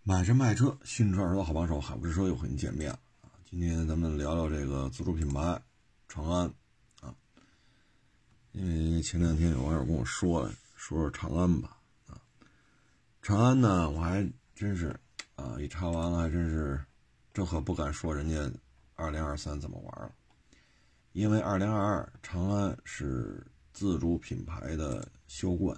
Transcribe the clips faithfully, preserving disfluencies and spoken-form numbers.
买车卖车，新车二手好帮手，海博之车又和你见面了啊！今天咱们聊聊这个自主品牌长安啊，因为前两天有网友跟我说了，说说长安吧啊，长安呢，我还真是啊，一查完了还真是，这可不敢说人家二零二三怎么玩了，因为二零二二长安是自主品牌的销冠。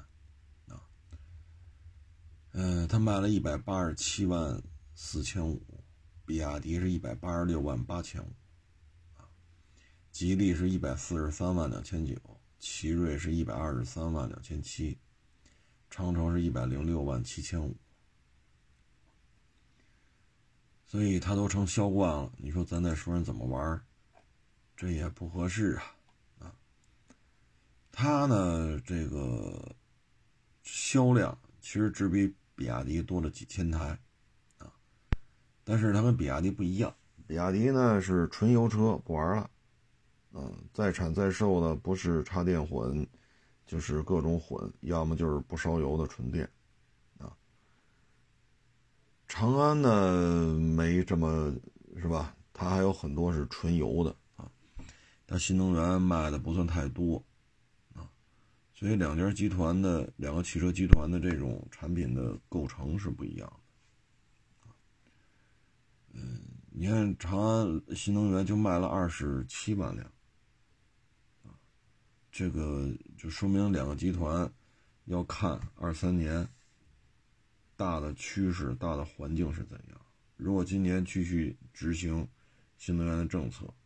嗯，他卖了一百八十七万四千五，比亚迪是一百八十六万八千五，啊，吉利是一百四十三万两千九，奇瑞是一百二十三万两千七，长城是一百零六万七千五，所以他都成销冠了，你说咱再说人怎么玩，这也不合适啊，啊，他呢这个销量其实只比比亚迪多了几千台啊，但是它跟比亚迪不一样，比亚迪呢是纯油车不玩了，嗯，在产在售的不是插电混，就是各种混，要么就是不烧油的纯电啊。长安呢没这么是吧？它还有很多是纯油的啊，它新能源卖的不算太多。所以两家集团的两个汽车集团的这种产品的构成是不一样的。嗯，你看长安新能源就卖了二十七万辆，这个就说明两个集团要看二三年大的趋势、大的环境是怎样。如果今年继续执行新能源的政策，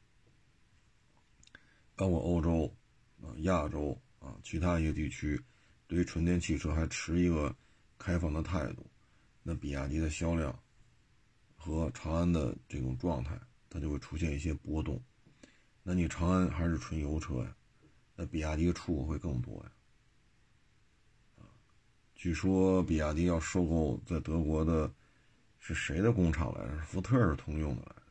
包括欧洲、啊亚洲。啊，其他一些地区对于纯电汽车还持一个开放的态度，那比亚迪的销量和长安的这种状态，它就会出现一些波动。那你长安还是纯油车呀，那比亚迪出口会更多呀。啊，据说比亚迪要收购在德国的是谁的工厂来着？福特是通用的来着。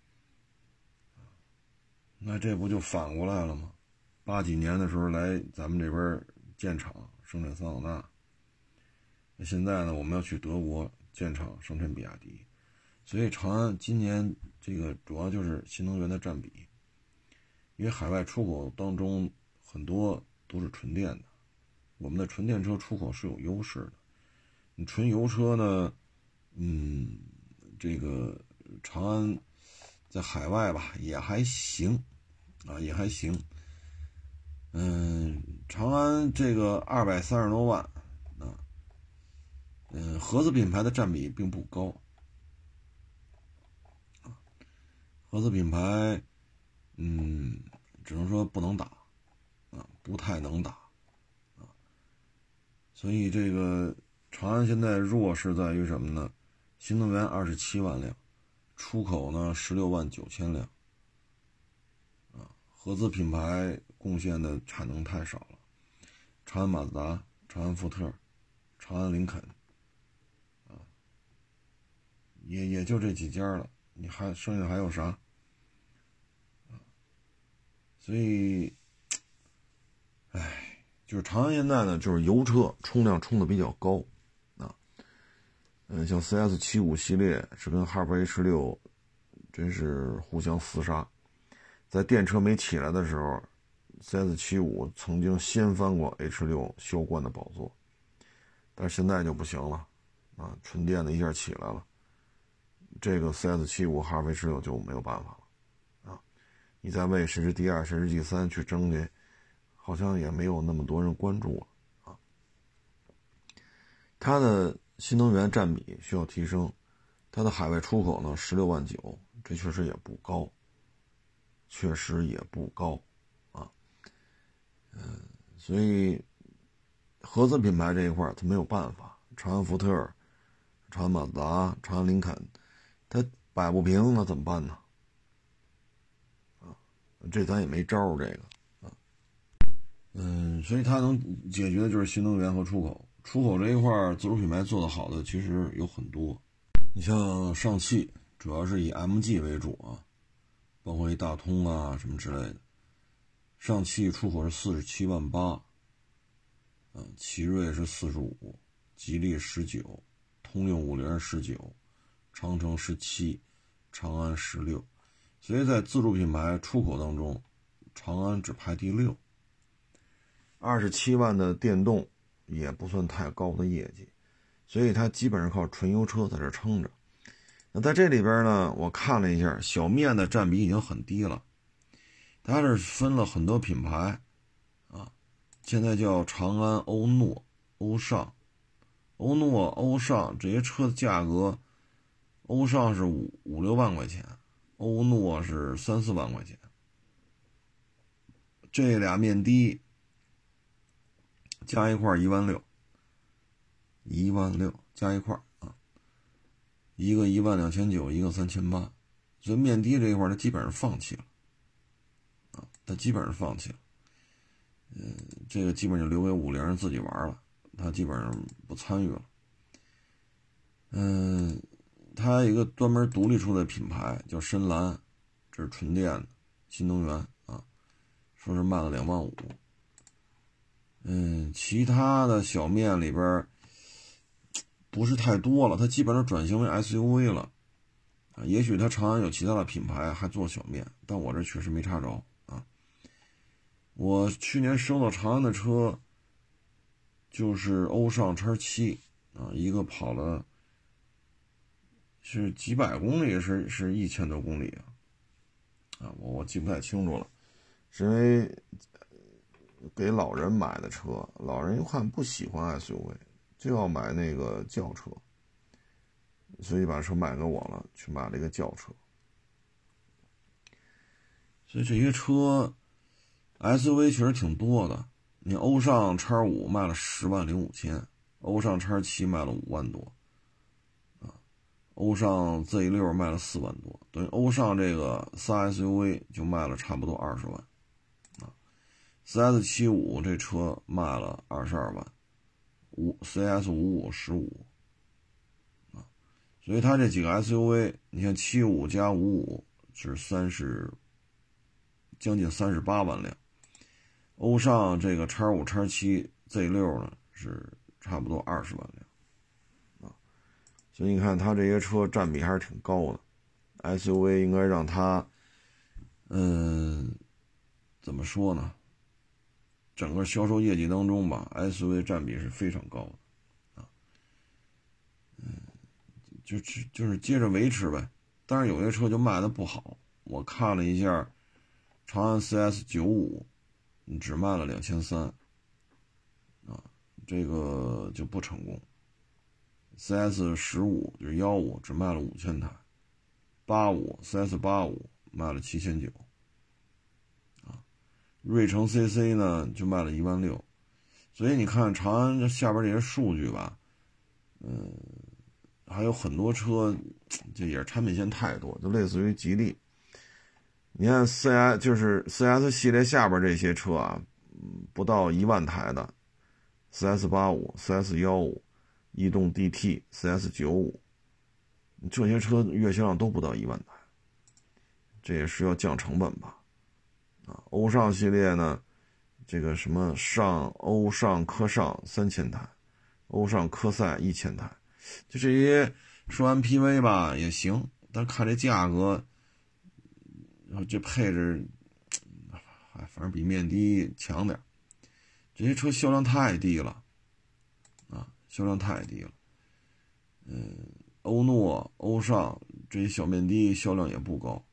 那这不就反过来了吗？八几年的时候来咱们这边建厂生产桑塔纳，那现在呢我们要去德国建厂生产比亚迪，所以长安今年这个主要就是新能源的占比，因为海外出口当中很多都是纯电的，我们的纯电车出口是有优势的，你纯油车呢，嗯，这个长安在海外吧也还行啊，也还行。嗯，长安这个二百三十多万啊，嗯，合资品牌的占比并不高啊，合资品牌，嗯，只能说不能打啊，不太能打啊，所以这个长安现在弱势在于什么呢？新能源二十七万辆，出口呢十六万九千辆啊，合资品牌贡献的产能太少了，长安马自达、长安福特、长安林肯，啊，也也就这几家了，你还剩下还有啥？啊，所以，哎，就是长安现在呢，就是油车冲量冲的比较高，啊，嗯，像 C S 七十五 系列是跟哈弗 H 六真是互相厮杀，在电车没起来的时候。C S 七十五 曾经掀翻过 H 六 销冠的宝座，但是现在就不行了啊！纯电的一下起来了，这个 C S 七十五 哈弗 H 六就没有办法了啊！你再为谁是第二谁是第三去争去，好像也没有那么多人关注了啊！它的新能源占比需要提升，它的海外出口呢十六万九，这确实也不高，确实也不高。嗯，所以合资品牌这一块它没有办法，长安福特、长安马自达、长安林肯，它摆不平，那怎么办呢？啊，这咱也没招这个啊。嗯，所以它能解决的就是新能源和出口。出口这一块自主品牌做得好的其实有很多，你像上汽主要是以 M G 为主啊，包括一大通啊什么之类的。上汽出口是四十七万八，嗯，奇瑞是四十五，吉利十九，通用五菱十九， 长城十七，长安十六，所以在自主品牌出口当中，长安只排第六。二十七万的电动也不算太高的业绩，所以它基本上靠纯油车在这撑着。那在这里边呢，我看了一下，小面的占比已经很低了，它是分了很多品牌啊，现在叫长安、欧诺、欧尚、欧诺、欧尚这些车的价格，欧尚是五五六万块钱，欧诺是三四万块钱，这俩面的加一块一万六，一万六加一块啊，一个一万两千九，一个三千八，所以面的这一块他基本上放弃了啊，他基本上放弃了，嗯，这个基本就留给五菱人自己玩了，他基本上不参与了。嗯，他有一个专门独立出的品牌叫深蓝，这是纯电的新能源啊，说是卖了两万五。嗯，其他的小面里边不是太多了，它基本上转型为 S U V 了啊。也许它长安有其他的品牌还做小面，但我这确实没查着啊。我去年收到长安的车就是欧尚 X 七 啊，一个跑了是几百公里，是是一千多公里啊，啊，我我记不太清楚了，是因为给老人买的车，老人一看不喜欢 S U V， 就要买那个轿车，所以把车卖给我了，去买了一个轿车。所以这些车 S U V 确实挺多的，你欧尚 X 五 卖了十万零五千，欧尚 X 七 卖了五万多啊，欧尚 Z 六 卖了四万多，等于欧尚这个三 S U V 就卖了差不多二十万啊。C S 七十五 这车卖了二十二万，五 C S 五五 十五啊，所以它这几个 S U V， 你看七十五加五五是三十，将近三十八万辆，欧尚这个 X 五 X 七 Z 六 呢是差不多二十万辆啊，所以你看它这些车占比还是挺高的 ，S U V 应该让它，嗯，怎么说呢？整个销售业绩当中吧 ，S U V 占比是非常高的，啊，嗯，就是就是接着维持呗。但是有些车就卖的不好，我看了一下，长安 C S 九十五，只卖了两千三，啊，这个就不成功。C S 十五就是幺五，只卖了五千台，八五 C S 八五卖了七千九。瑞城 C C 呢就卖了一万六，所以你看长安下边这些数据吧，嗯，还有很多车，这也是产品线太多，就类似于吉利。你看 C S 就是 C S 系列下边这些车啊，不到一万台的 C S 八十五、C S 十五、逸动 D T、C S 九十五，这些车月销量都不到一万台，这也是要降成本吧。啊，欧尚系列呢，这个什么上欧尚科尚三千台，欧尚科赛一千台，就这些说 M P V 吧也行，但看这价格，然后这配置，哎，反正比面的强点。这些车销量太低了，啊，销量太低了。嗯，欧诺、欧尚这些小面的销量也不高。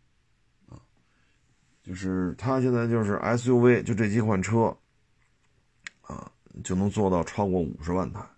就是它现在就是 S U V 就这几款车啊，就能做到超过五十万台，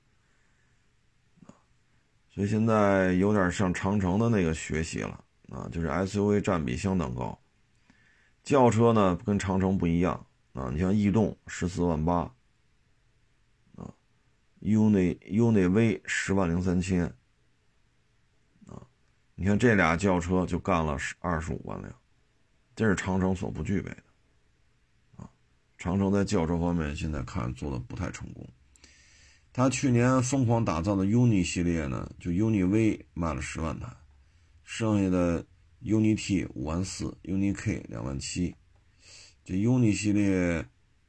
所以现在有点像长城的那个学习了啊，就是 S U V 占比相当高。轿车呢跟长城不一样啊，你像逸动十四万八啊 ，UNI UNI V 十万零三千啊，你看这俩轿车就干了二十五万辆。这是长城所不具备的啊！长城在轿车方面现在看做的不太成功。他去年疯狂打造的 UNI 系列呢，就 UNI V 卖了十万台，剩下的 UNI T 五万四 ，UNI K 两万七。这 UNI 系列，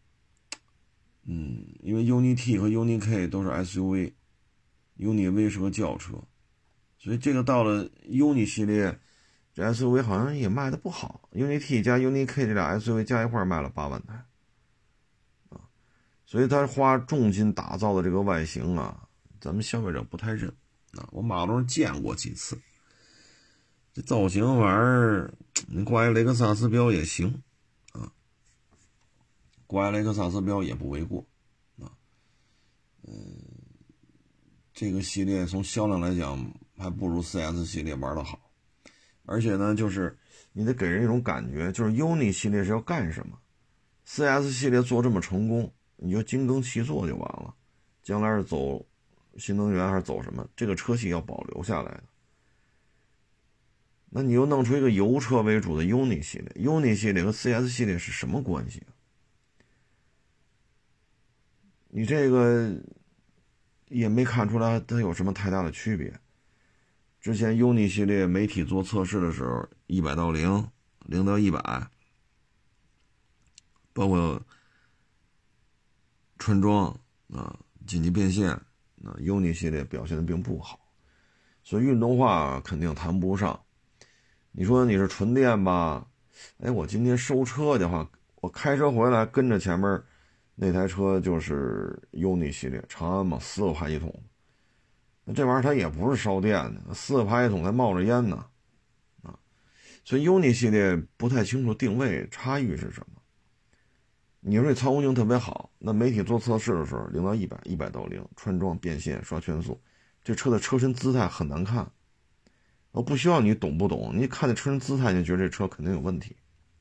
嗯，因为 UNI T 和 UNI K 都是 S U V，UNI V 是个轿车， 所以这个到了 U N I 系列，这 S U V 好像也卖的不好。U N I T 加 U N I K 这俩 S U V 加一块卖了八万台啊，所以他花重金打造的这个外形啊，咱们消费者不太认啊。我马路上见过几次，这造型玩意儿，你挂一雷克萨斯标也行啊，挂一雷克萨斯标也不为过啊。嗯，这个系列从销量来讲，还不如 C S 系列玩得好。而且呢，就是你得给人一种感觉，就是 U N I 系列是要干什么 ，C S 系列做这么成功，你就精耕细作就完了。将来是走新能源还是走什么，这个车系要保留下来的。那你又弄出一个油车为主的 U N I 系列 ，U N I 系列和 C S 系列是什么关系啊？你这个也没看出来它有什么太大的区别。之前 U N I 系列媒体做测试的时候，一百到零，零到一百，包括穿装啊、紧急变现啊 ，U N I 系列表现的并不好，所以运动化肯定谈不上。你说你是纯电吧？哎，我今天收车的话，我开车回来跟着前面那台车就是 U N I 系列长安嘛，四个排气筒。那这玩意儿它也不是烧电的，四个排气筒还冒着烟呢，啊，所以 U N I 系列不太清楚定位差异是什么。你说这操控性特别好，那媒体做测试的时候，零到一百，一百到零，穿装变现刷圈速，这车的车身姿态很难看。我不需要你懂不懂，你看这车身姿态，你就觉得这车肯定有问题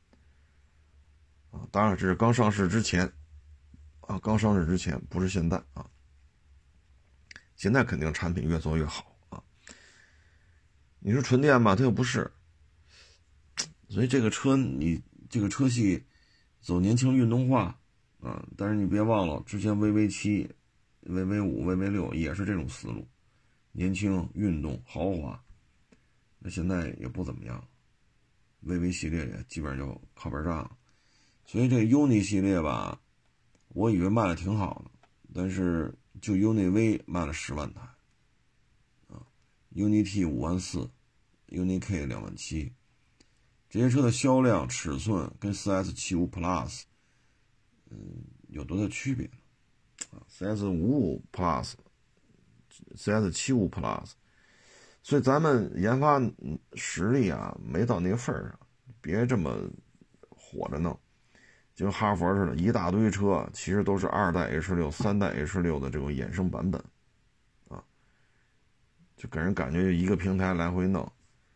啊。当然这是刚上市之前啊，刚上市之前，不是现在啊。现在肯定产品越做越好啊。你说纯电吧，它又不是，所以这个车你这个车系走年轻运动化啊，但是你别忘了，之前 V V 七、V V 五、V V 六也是这种思路，年轻、运动、豪华。那现在也不怎么样 ，V V 系列也基本上就靠边站了。所以这 U N I 系列吧，我以为卖的挺好的，但是就 U N I V 卖了十万台，啊 ，U N I T 五万四 ，U N I K 两万七，这些车的销量尺寸跟 C S 七十五 Plus， 嗯，有多大区别呢？啊 ，C S 五十五 Plus，C S 七十五 Plus， 所以咱们研发实力啊没到那个份上，别这么火着弄。就跟哈佛似的，一大堆车其实都是二代 H 六、三代 H 六的这种衍生版本，啊，就给人感觉一个平台来回弄，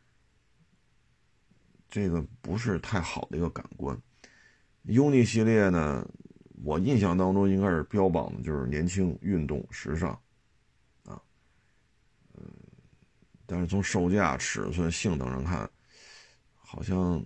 这个不是太好的一个感官。U N I 系列呢，我印象当中应该是标榜的就是年轻、运动、时尚，啊，嗯，但是从售价、尺寸、性能上看，好像，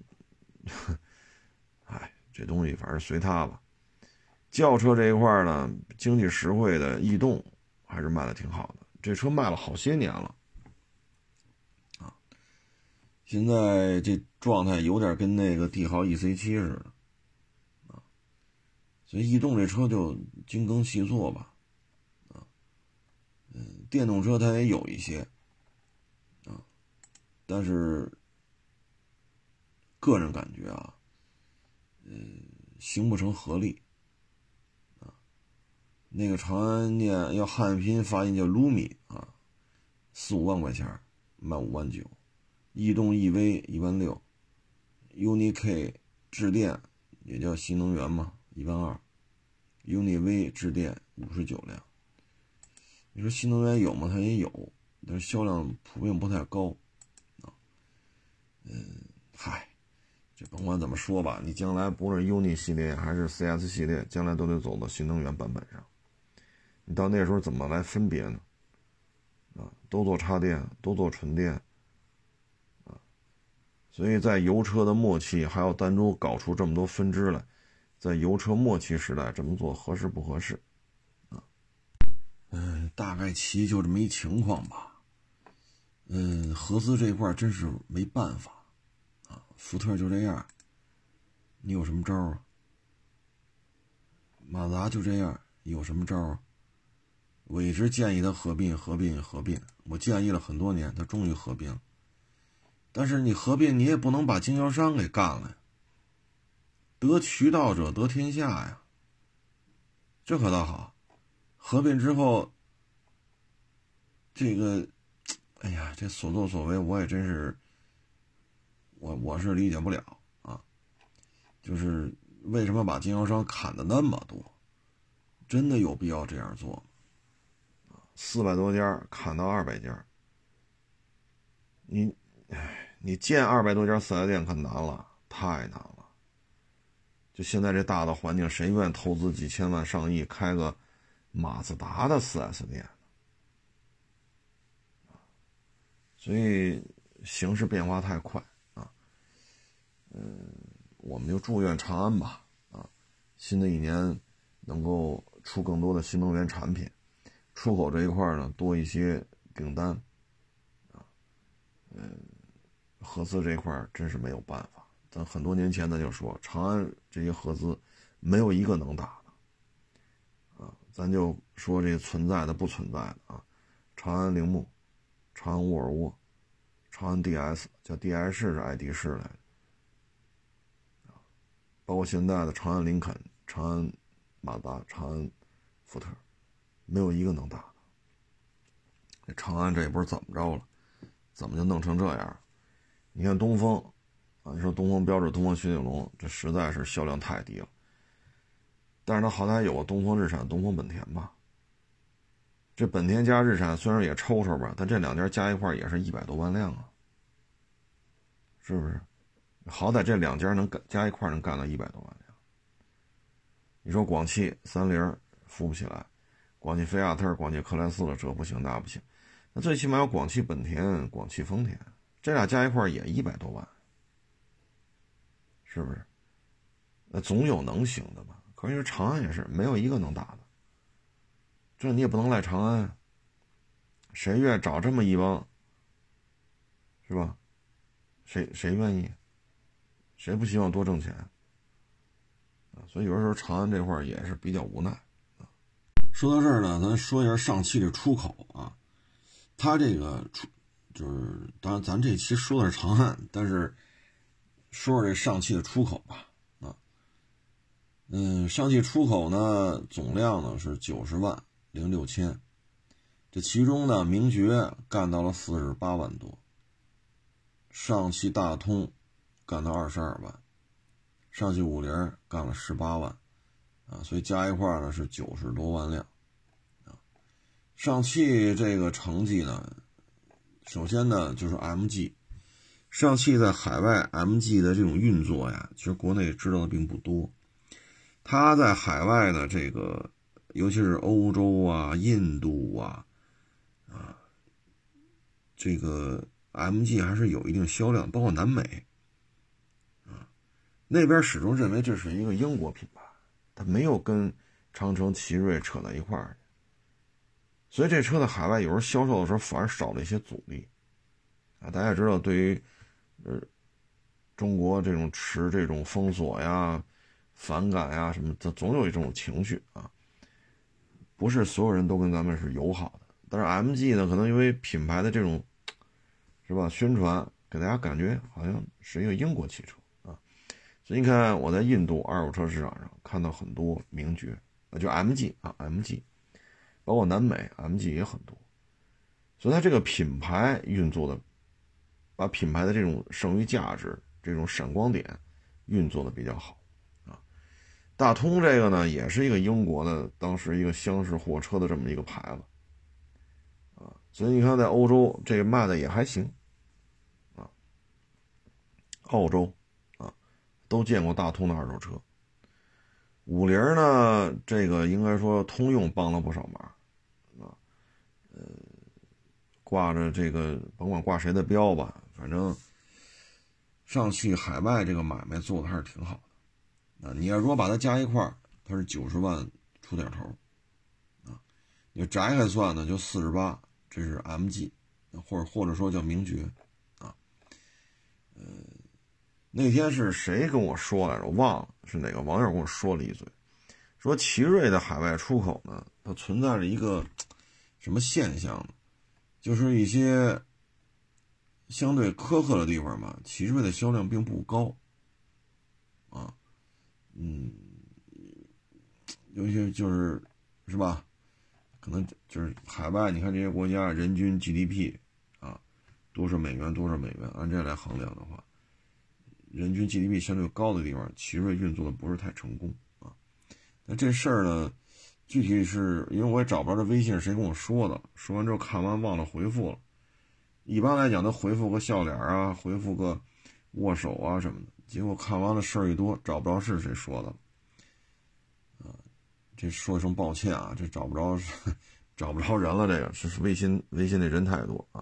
哎。这东西反正随它吧。轿车这一块呢，经济实惠的逸动还是卖的挺好的，这车卖了好些年了啊。现在这状态有点跟那个帝豪 E C 七 似的啊，所以逸动这车就精耕细作吧啊。嗯，电动车它也有一些啊，但是个人感觉啊。嗯，形不成合力啊。那个长安念要汉拼发音叫 Lumi 啊，四五万块钱卖五万九，逸动 E V 一万六 ，U N I K 致电也叫新能源嘛，一万二 ，U N I V 致电五十九辆。你说新能源有吗？它也有，但是销量普遍不太高啊。嗯，嗨。这甭管怎么说吧，你将来不是 U N I 系列还是 C S 系列，将来都得走到新能源版本上。你到那时候怎么来分别呢？啊，都做插电，都做纯电，啊，所以在油车的末期还要单独搞出这么多分支来，在油车末期时代这么做合适不合适？啊，嗯，大概其就这么一情况吧。嗯，合资这一块真是没办法。福特就这样，你有什么招啊？马自达就这样，有什么招啊？ 我一直建议他合并合并合并，我建议了很多年，他终于合并。但是你合并你也不能把经销商给干了呀，得渠道者得天下呀，这可倒好。合并之后这个哎呀，这所作所为我也真是我我是理解不了啊，就是为什么把经销商砍的那么多，真的有必要这样做吗？四百多家砍到二百家，你哎，你建二百多家四 S 店可难了，太难了。就现在这大的环境，谁愿意投资几千万上亿开个马自达的 四 S 店？所以形势变化太快啊，嗯，我们就祝愿长安吧，啊，新的一年能够出更多的新能源产品，出口这一块呢多一些订单，啊，嗯，合资这一块真是没有办法，咱很多年前咱就说，长安这些合资没有一个能打的，啊，咱就说这存在的不存在的啊，长安铃木。长安沃尔沃，长安 D S 叫 D I 士是爱迪士来的，包括现在的长安林肯、长安马自达、长安福特，没有一个能打的。这长安这也不是怎么着了，怎么就弄成这样？你看东风啊，你说东风标致、东风雪铁龙，这实在是销量太低了。但是它好歹有个东风日产、东风本田吧。这本田加日产虽然也抽抽吧，但这两家加一块也是一百多万辆啊，是不是？好歹这两家能干加一块能干到一百多万辆。你说广汽三菱扶不起来，广汽菲亚特、广汽克莱斯勒这不行那不行，那最起码有广汽本田、广汽丰田，这俩加一块也一百多万，是不是？那总有能行的吧？可是长安也是没有一个能打的。这你也不能赖长安，谁愿找这么一帮，是吧？谁谁愿意？谁不希望多挣钱？啊，所以有的时候长安这块也是比较无奈啊。说到这儿呢，咱说一下上汽的出口啊，它这个出就是，当然咱这期说的是长安，但是说说这上汽的出口吧啊，嗯，上汽出口呢总量呢是九十万。零六千，这其中呢，名爵干到了四十八万多，上汽大通干到二十二万，上汽五菱干了十八万，啊，所以加一块呢是九十多万辆，啊，上汽这个成绩呢，首先呢就是 M G， 上汽在海外 M G 的这种运作呀，其实国内知道的并不多，它在海外的这个。尤其是欧洲啊、印度啊，啊，这个 M G 还是有一定销量，包括南美，啊，那边始终认为这是一个英国品牌，它没有跟长城、奇瑞扯到一块儿，所以这车在海外有时候销售的时候反而少了一些阻力，啊，大家也知道，对于呃中国这种持这种封锁呀、反感呀什么，它总有一种情绪啊。不是所有人都跟咱们是友好的，但是 M G 呢，可能因为品牌的这种，是吧？宣传给大家感觉好像是一个英国汽车啊，所以你看我在印度二手车市场上看到很多名爵，那就 M G 啊 ，M G， 包括南美 M G 也很多，所以它这个品牌运作的，把品牌的这种剩余价值、这种闪光点运作的比较好。大通这个呢，也是一个英国的，当时一个厢式货车的这么一个牌子，啊，所以你看在欧洲这个卖的也还行，啊，澳洲啊都见过大通的二手车。五菱呢，这个应该说通用帮了不少忙，啊，呃，挂着这个甭管挂谁的标吧，反正上汽海外这个买卖做的还是挺好的。啊，你要如果把它加一块，它是九十万出点头，啊，你摘开算呢就四十八，这是 M G， 或者或者说叫名爵，啊，呃，那天是谁跟我说来着？我忘了是哪个网友跟我说了一嘴，说奇瑞的海外出口呢，它存在着一个什么现象呢？就是一些相对苛刻的地方吧，奇瑞的销量并不高啊，嗯，有些就是是吧？可能就是海外，你看这些国家人均 G D P 啊，多少美元多少美元，按这来衡量的话，人均 G D P 相对高的地方，奇瑞运作的不是太成功啊。那这事儿呢，具体是因为我也找不着这微信是谁跟我说的，说完之后看完忘了回复了。一般来讲，他回复个笑脸啊，回复个握手啊什么的。结果看完了事儿一多，找不着是谁说的。啊，这说一声抱歉啊，这找不着，找不着人了。这个是微信，微信的人太多啊。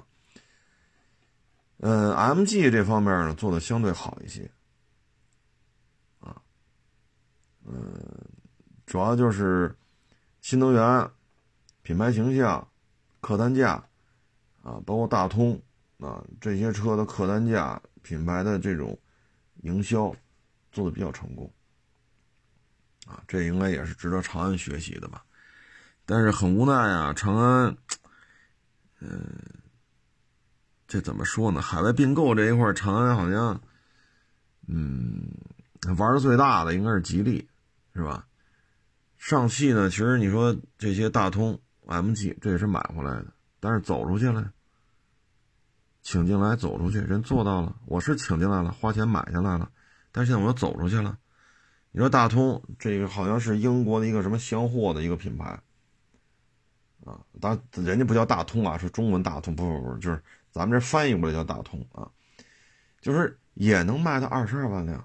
嗯 ，M G 这方面呢做的相对好一些。啊，嗯，主要就是新能源、品牌形象、客单价。啊，包括大通啊，这些车的客单价、品牌的这种营销做的比较成功啊，这应该也是值得长安学习的吧。但是很无奈啊，长安，嗯、呃，这怎么说呢？海外并购这一块，长安好像，嗯，玩的最大的应该是吉利，是吧？上汽呢，其实你说这些大通、M G 这也是买回来的，但是走出去了。请进来走出去，人做到了，我是请进来了，花钱买下来了，但是现在我又走出去了。你说大通这个好像是英国的一个什么箱货的一个品牌啊，当然人家不叫大通啊，是中文大通，不不不，就是咱们这翻译过来叫大通啊，就是也能卖到二十二万辆，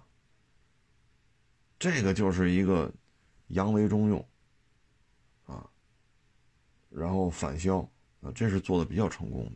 这个就是一个扬为中用啊，然后返销啊，这是做的比较成功的。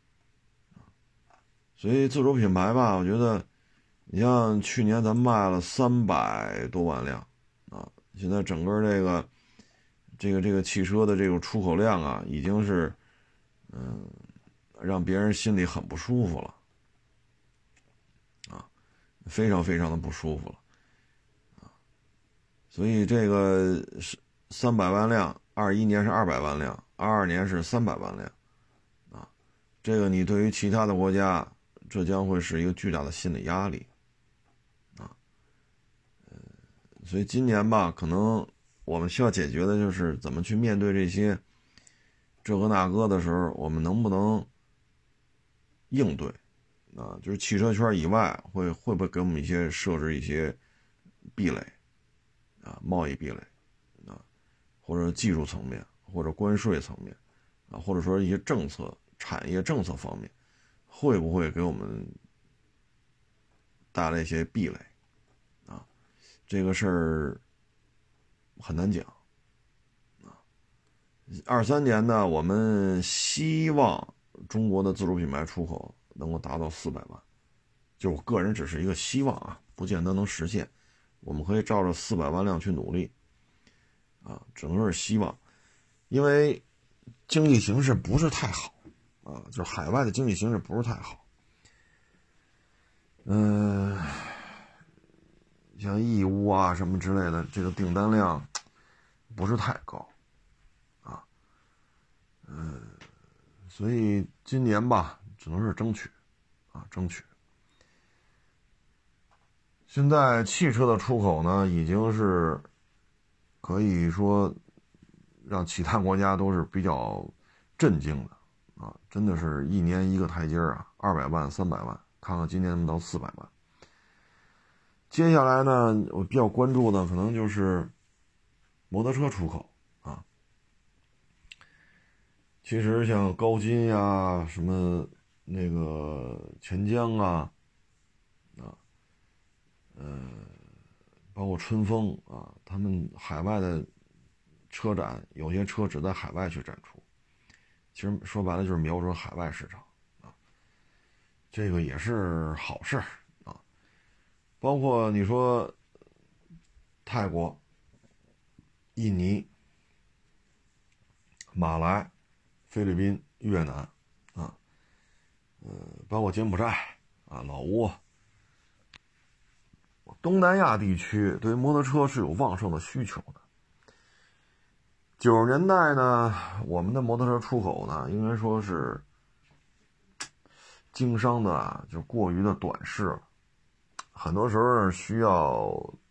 所以自主品牌吧，我觉得，你像去年咱卖了三百多万辆，啊，现在整个这个，这个这个汽车的这个出口量啊，已经是，嗯，让别人心里很不舒服了，啊，非常非常的不舒服了，啊，所以这个是三百万辆，二一年是二百万辆，二二年是三百万辆，啊，这个你对于其他的国家。这将会是一个巨大的心理压力，啊，呃，所以今年吧，可能我们需要解决的就是怎么去面对这些这个那个的时候，我们能不能应对，啊，就是汽车圈以外会会不会给我们一些设置一些壁垒，啊，贸易壁垒，啊，或者技术层面，或者关税层面，啊，或者说一些政策、产业政策方面。会不会给我们带来一些壁垒啊？这个事儿很难讲啊。二三年呢，我们希望中国的自主品牌出口能够达到四百万，就我个人只是一个希望啊，不见得能实现。我们可以照着四百万辆去努力啊，只能是希望，因为经济形势不是太好。啊，就是海外的经济形势不是太好，嗯、呃，像义乌啊什么之类的，这个订单量不是太高，啊，嗯、呃，所以今年吧，只能是争取，啊，争取。现在汽车的出口呢，已经是可以说让其他国家都是比较震惊的。啊，真的是一年一个台阶啊，二百万、三百万，看看今年能到四百万。接下来呢，我比较关注的可能就是摩托车出口啊。其实像高金呀、什么那个钱江啊，啊，呃，包括春风啊，他们海外的车展，有些车只在海外去展出。其实说白了就是瞄准海外市场啊，这个也是好事啊。包括你说泰国、印尼、马来、菲律宾、越南啊，呃，包括柬埔寨啊、老挝、东南亚地区对于摩托车是有旺盛的需求的。 九十年代呢，我们的摩托车出口呢，应该说是经商的啊，就过于的短视了，很多时候需要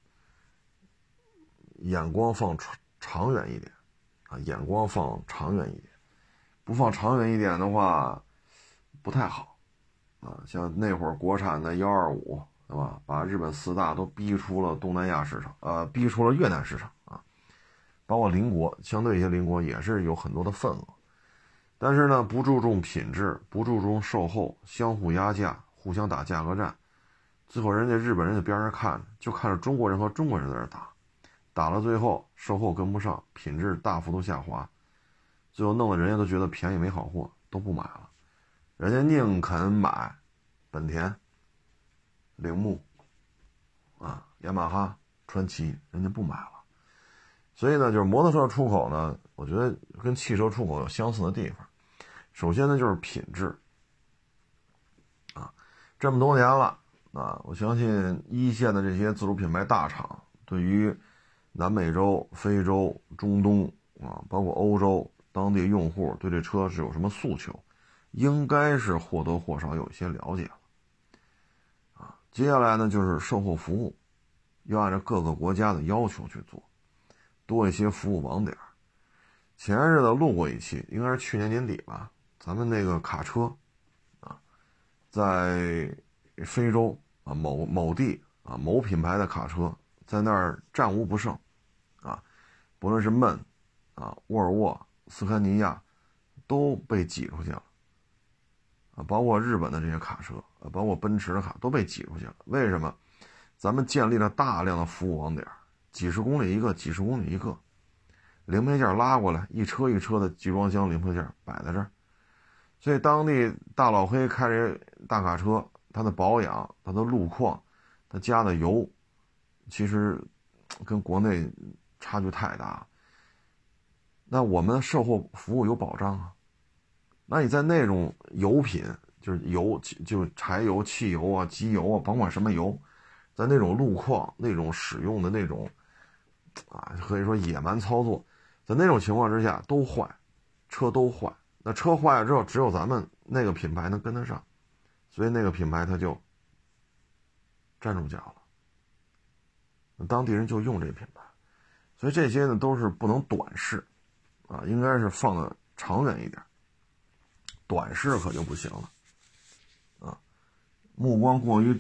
眼光放长长远一点啊，眼光放长远一点，不放长远一点的话，不太好啊。像那会儿国产的幺二五，对吧？把日本四大都逼出了东南亚市场，呃，逼出了越南市场啊。包括邻国，相对一些邻国也是有很多的份额，但是呢，不注重品质，不注重售后，相互压价，互相打价格战，最后人家日本人在边上看着，就看着中国人和中国人在这打，打了最后售后跟不上，品质大幅度下滑，最后弄得人家都觉得便宜没好货，都不买了，人家宁肯买本田、铃木啊、雅马哈、传祺，人家不买了。所以呢，就是摩托车出口呢，我觉得跟汽车出口有相似的地方。首先呢，就是品质啊，这么多年了啊，我相信一线的这些自主品牌大厂，对于南美洲、非洲、中东啊，包括欧洲当地用户对这车是有什么诉求，应该是或多或少有一些了解了啊。接下来呢，就是售后服务，要按照各个国家的要求去做。多一些服务网点。前日子录过一期，应该是去年年底吧，咱们那个卡车啊，在非洲啊某某地啊某品牌的卡车在那儿战无不胜啊，不论是闷啊、沃尔沃、斯堪尼亚都被挤出去了啊，包括日本的这些卡车啊，包括奔驰的卡都被挤出去了。为什么？咱们建立了大量的服务网点。几十公里一个，几十公里一个，零配件拉过来，一车一车的集装箱零配件摆在这儿，所以当地大老黑开着大卡车，它的保养、它的路况、它加的油，其实跟国内差距太大。那我们的售后服务有保障啊？那你在那种油品，就是油，就柴油、汽油啊、机油啊，甭管什么油，在那种路况、那种使用的那种。啊，可以说野蛮操作，在那种情况之下都坏，车都坏。那车坏了之后，只有咱们那个品牌能跟得上，所以那个品牌它就站住脚了。当地人就用这个品牌，所以这些呢都是不能短视啊，应该是放的长远一点，短视可就不行了啊。目光过于，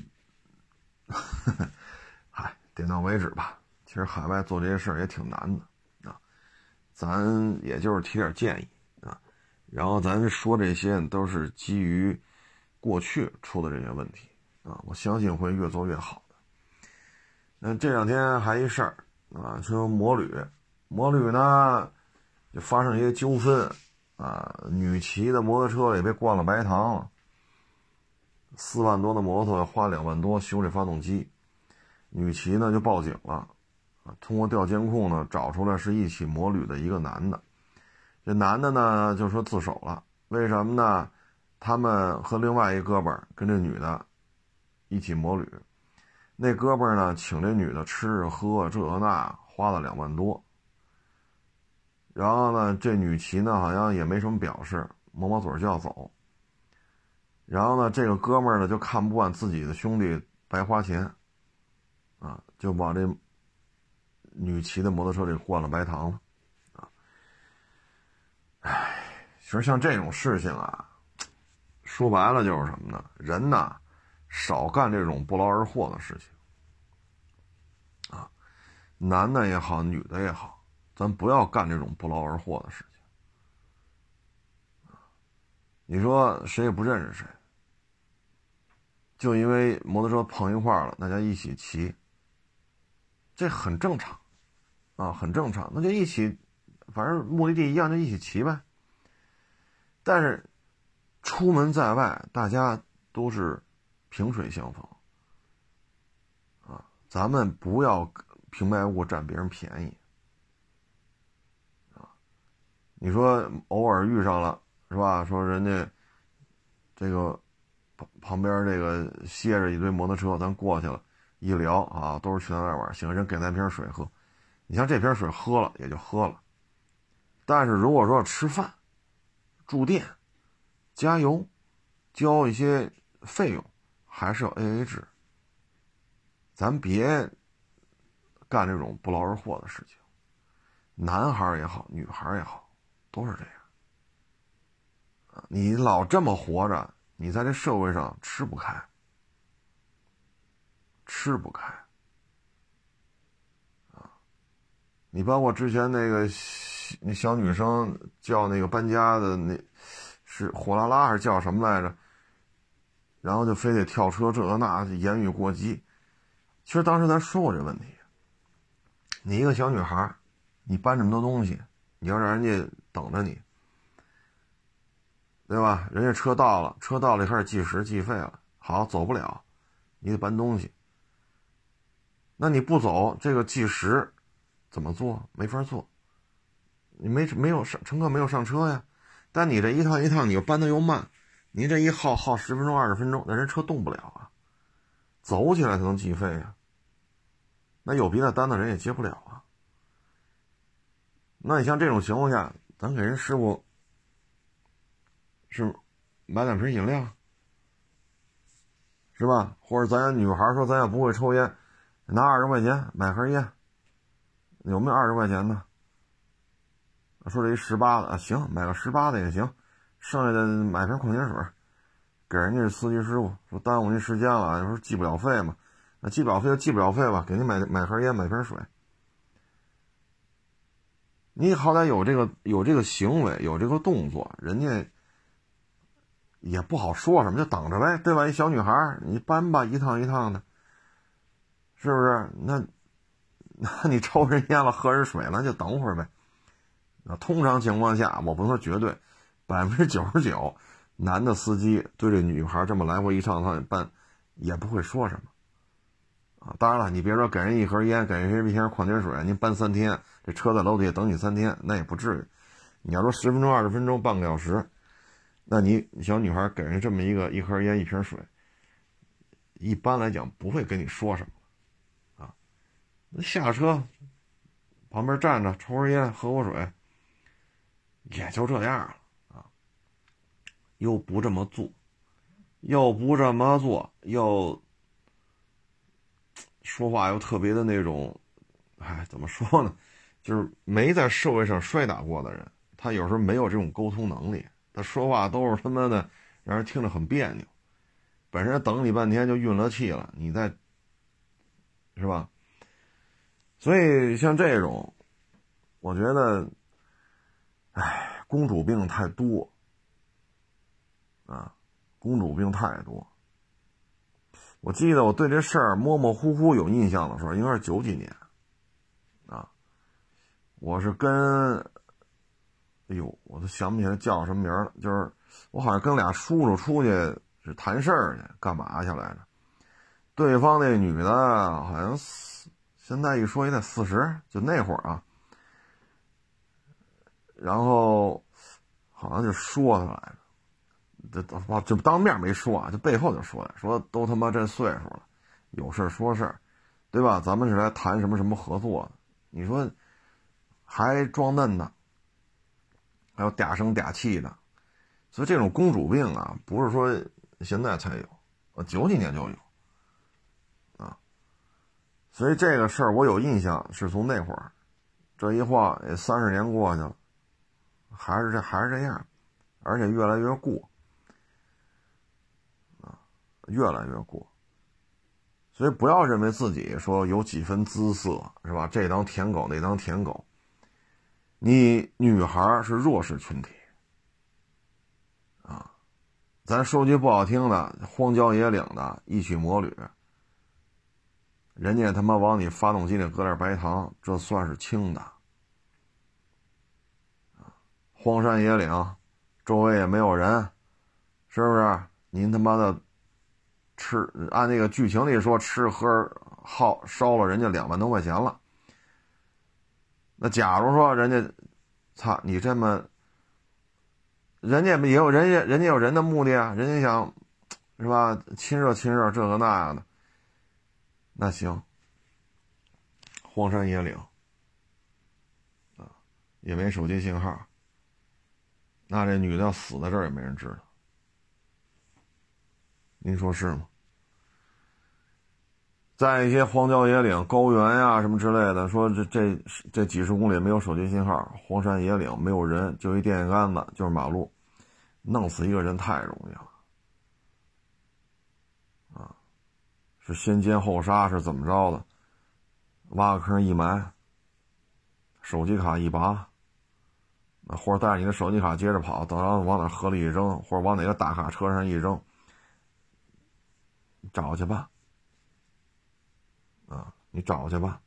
嗨，点到为止吧。其实海外做这些事儿也挺难的啊，咱也就是提点建议啊，然后咱说这些都是基于过去出的这些问题啊，我相信会越做越好的。那这两天还一事儿啊，说摩旅，摩旅呢就发生一些纠纷啊，女骑的摩托车也被灌了白糖了，四万多的摩托花两万多修这发动机，女骑呢就报警了。通过调监控呢，找出来是一起摩旅的一个男的。这男的呢就说自首了，为什么呢？他们和另外一哥们儿跟这女的一起摩旅，那哥们儿呢请这女的吃喝这那，花了两万多。然后呢，这女骑呢好像也没什么表示，抹抹嘴就要走。然后呢，这个哥们儿呢就看不惯自己的兄弟白花钱，啊，就把这女骑的摩托车里灌了白糖了，啊，唉，其实像这种事情啊，说白了就是什么呢？人呐，少干这种不劳而获的事情，啊，男的也好，女的也好，咱不要干这种不劳而获的事情，啊，你说谁也不认识谁，就因为摩托车碰一块了，大家一起骑，这很正常。啊，很正常，那就一起，反正目的地一样，就一起骑呗。但是出门在外，大家都是萍水相逢啊，咱们不要平白无故占别人便宜啊。你说偶尔遇上了是吧？说人家这个旁边这个歇着一堆摩托车，咱过去了，一聊啊，都是去那玩，行，人给咱瓶水喝。你像这瓶水喝了也就喝了， 但是如果说吃饭、住店、加油、交一些费用，还是要 A A 制。咱别干这种不劳而获的事情。男孩也好，女孩也好，都是这样。你老这么活着，你在这社会上吃不开，吃不开。啊，你包括之前那个那小女生叫那个搬家的，那是火拉拉还是叫什么来着？然后就非得跳车，这个那言语过激。其实当时咱说过这问题，你一个小女孩，你搬这么多东西，你要让人家等着你，对吧？人家车到了，车到了开始计时计费了，好，走不了，你得搬东西。那你不走，这个计时怎么做？没法做，你没没有上乘客没有上车呀。但你这一趟一趟，你又搬的又慢，你这一耗耗十分钟二十分钟，那人车动不了啊，走起来才能计费啊。那有别的单的人也接不了啊。那你像这种情况下，咱给人师傅是买两瓶饮料，是吧？或者咱家女孩说咱也不会抽烟，拿二十块钱买盒烟，有没有二十块钱的？说这一十八的啊，行，买个十八的也行，剩下的买瓶矿泉水，给人家司机师傅说耽误您时间了，说计不了费嘛，那计不了费就计不了费吧，给您买买盒烟买瓶水。你好歹有这个有这个行为，有这个动作，人家也不好说什么，就等着呗，对吧？一小女孩，你搬吧，一趟一趟的，是不是？那那你抽人烟了，喝人水了，就等会儿呗。那通常情况下，我不能说绝对，百分之九十九，男的司机对这女孩这么来回一趟趟搬，也不会说什么啊。当然了，你别说给人一盒烟，给人一瓶矿泉水，您搬三天，这车在楼底下等你三天，那也不至于。你要说十分钟、二十分钟、半个小时，那你小女孩给人这么一个一盒烟、一瓶水，一般来讲不会跟你说什么啊。那下车旁边站着抽根烟、喝口水，也就这样了啊。又不这么做，又不这么做，又说话又特别的那种，哎，怎么说呢？就是没在社会上摔打过的人，他有时候没有这种沟通能力，他说话都是他妈的让人听着很别扭。本身等你半天就运了气了，你再是吧？所以像这种，我觉得，哎，公主病太多啊，公主病太多。我记得我对这事儿模模糊糊有印象的时候，应该是九几年啊。我是跟，哎呦，我都想不起来叫什么名了。就是我好像跟俩叔叔出去是谈事儿去，干嘛去来着？对方那女的好像四，现在一说也得四十，就那会儿啊。然后好像就说他来着，这这当面没说啊，就背后就说来，说都他妈这岁数了，有事说事儿，对吧？咱们是来谈什么什么合作的，你说还装嫩呢，还有嗲声嗲气的，所以这种公主病啊，不是说现在才有，九几年就有啊。所以这个事儿我有印象，是从那会儿，这一晃也三十年过去了，还是这还是这样，而且越来越过啊，越来越过。所以不要认为自己说有几分姿色，是吧？这当舔狗，那当舔狗。你女孩是弱势群体啊，咱说句不好听的，荒郊野岭的一曲魔旅，人家他妈往你发动机里搁点白糖，这算是轻的。荒山野岭，周围也没有人，是不是？您他妈的吃，按那个剧情里说，吃喝耗烧了人家两万多块钱了。那假如说人家，操你这么，人家也有人家人家有人的目的啊，人家想是吧，亲热亲热这个那样的，那行，荒山野岭啊， 也没手机信号，那这女的要死在这儿也没人知道，您说是吗？在一些荒郊野岭、高原呀、什么之类的，说这这这几十公里没有手机信号，荒山野岭没有人，就一电线杆子，就是马路，弄死一个人太容易了啊！是先奸后杀是怎么着的？挖个坑一埋，手机卡一拔，或者带着你的手机卡接着跑，等到往哪河里一扔，或者往哪个大卡车上一扔，找去吧。啊，你找去吧。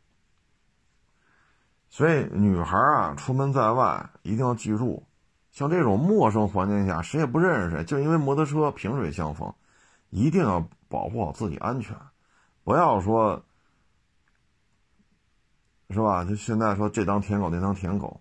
所以女孩啊，出门在外一定要记住，像这种陌生环境下，谁也不认识谁，就因为摩托车萍水相逢，一定要保护好自己安全，不要说，是吧？就现在说这当舔狗那当舔狗，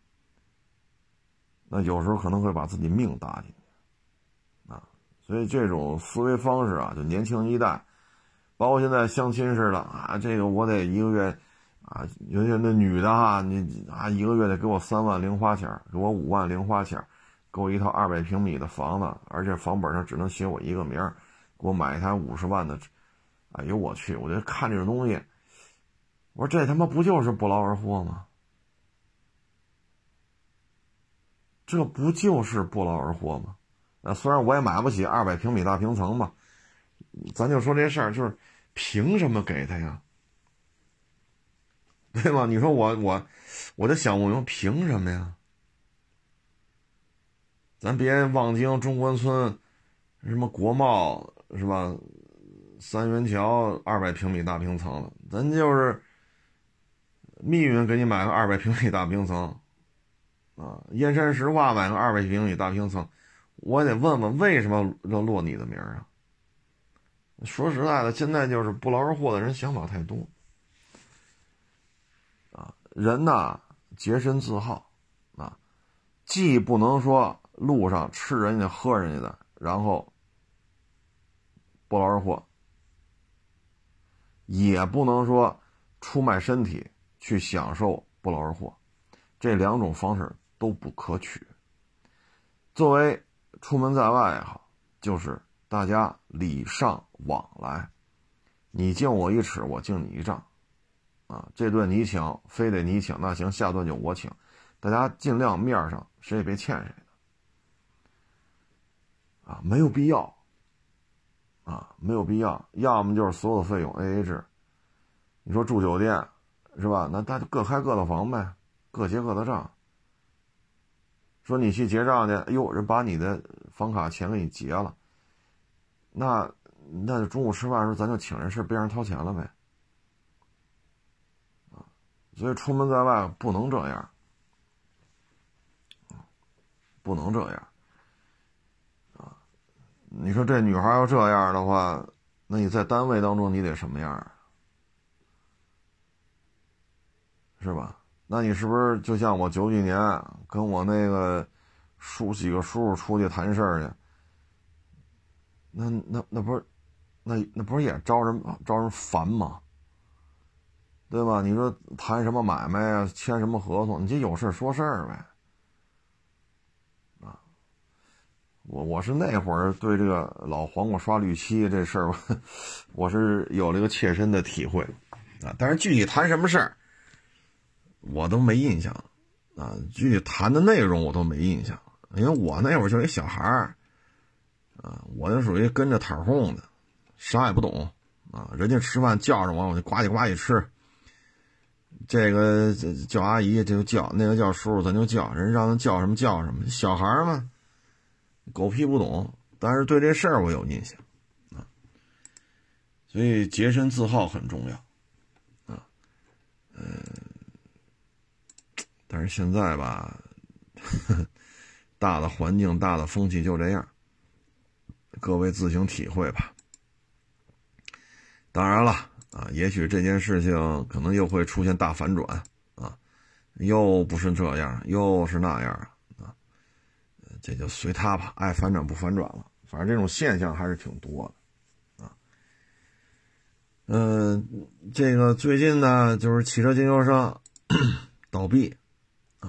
那有时候可能会把自己命搭进去啊。所以这种思维方式啊，就年轻一代。包括现在相亲似的啊，这个我得一个月啊，有些那女的哈，你啊一个月得给我三万零花钱，给我五万零花钱，给我一套二百平米的房子，而且房本上只能写我一个名，给我买一台五十万的，哎呦我去！我就看这种东西，我说这他妈不就是不劳而获吗？这不就是不劳而获吗？啊，虽然我也买不起二百平米大平层吧。咱就说这事儿，就是凭什么给他呀？对吗？你说我我我就想不明白，凭什么呀？咱别望京中关村，什么国贸是吧？三元桥二百平米大平层了，咱就是密云给你买个二百平米大平层啊，燕山石化买个二百平米大平层，我得问问为什么要落你的名啊？说实在的，现在就是不劳而获的人想法太多啊。人呐，洁身自好啊，既不能说路上吃人家喝人家的，然后不劳而获，也不能说出卖身体去享受不劳而获，这两种方式都不可取。作为出门在外也好，就是大家礼尚往来，你敬我一尺，我敬你一丈，啊，这顿你请，非得你请，那行，下顿就我请，大家尽量面上谁也别欠谁的，啊，没有必要，啊，没有必要，要么就是所有的费用 A A 制，你说住酒店是吧？那大家各开各的房呗，各结各的账。说你去结账去，哎呦，人把你的房卡钱给你结了。那那就中午吃饭的时候咱就请人吃，别让人掏钱了呗，啊，所以出门在外不能这样，不能这样，啊，你说这女孩要这样的话，那你在单位当中你得什么样，是吧？那你是不是就像我九几年跟我那个叔几个叔叔出去谈事儿去？那那那不是，那那不是也招人招人烦吗？对吧？你说谈什么买卖啊，签什么合同，你就有事说事儿呗。啊，我我是那会儿对这个老黄瓜刷绿漆这事儿，我是有了一个切身的体会啊。但是具体谈什么事儿，我都没印象啊。具体谈的内容我都没印象，因为我那会儿就是一小孩儿。啊，我就属于跟着摊哄的，啥也不懂啊。人家吃饭叫着我，我就呱唧呱唧吃。这个叫阿姨就叫，那个叫叔叔咱就叫，人让他叫什么叫什么。小孩嘛，狗屁不懂，但是对这事儿我有印象啊。所以洁身自好很重要啊。嗯、呃，但是现在吧，呵呵，大的环境、大的风气就这样。各位自行体会吧。当然了啊，也许这件事情可能又会出现大反转啊，又不是这样，又是那样啊，这就随他吧，爱反转不反转了。反正这种现象还是挺多的啊。嗯、呃，这个最近呢，就是汽车经销商倒闭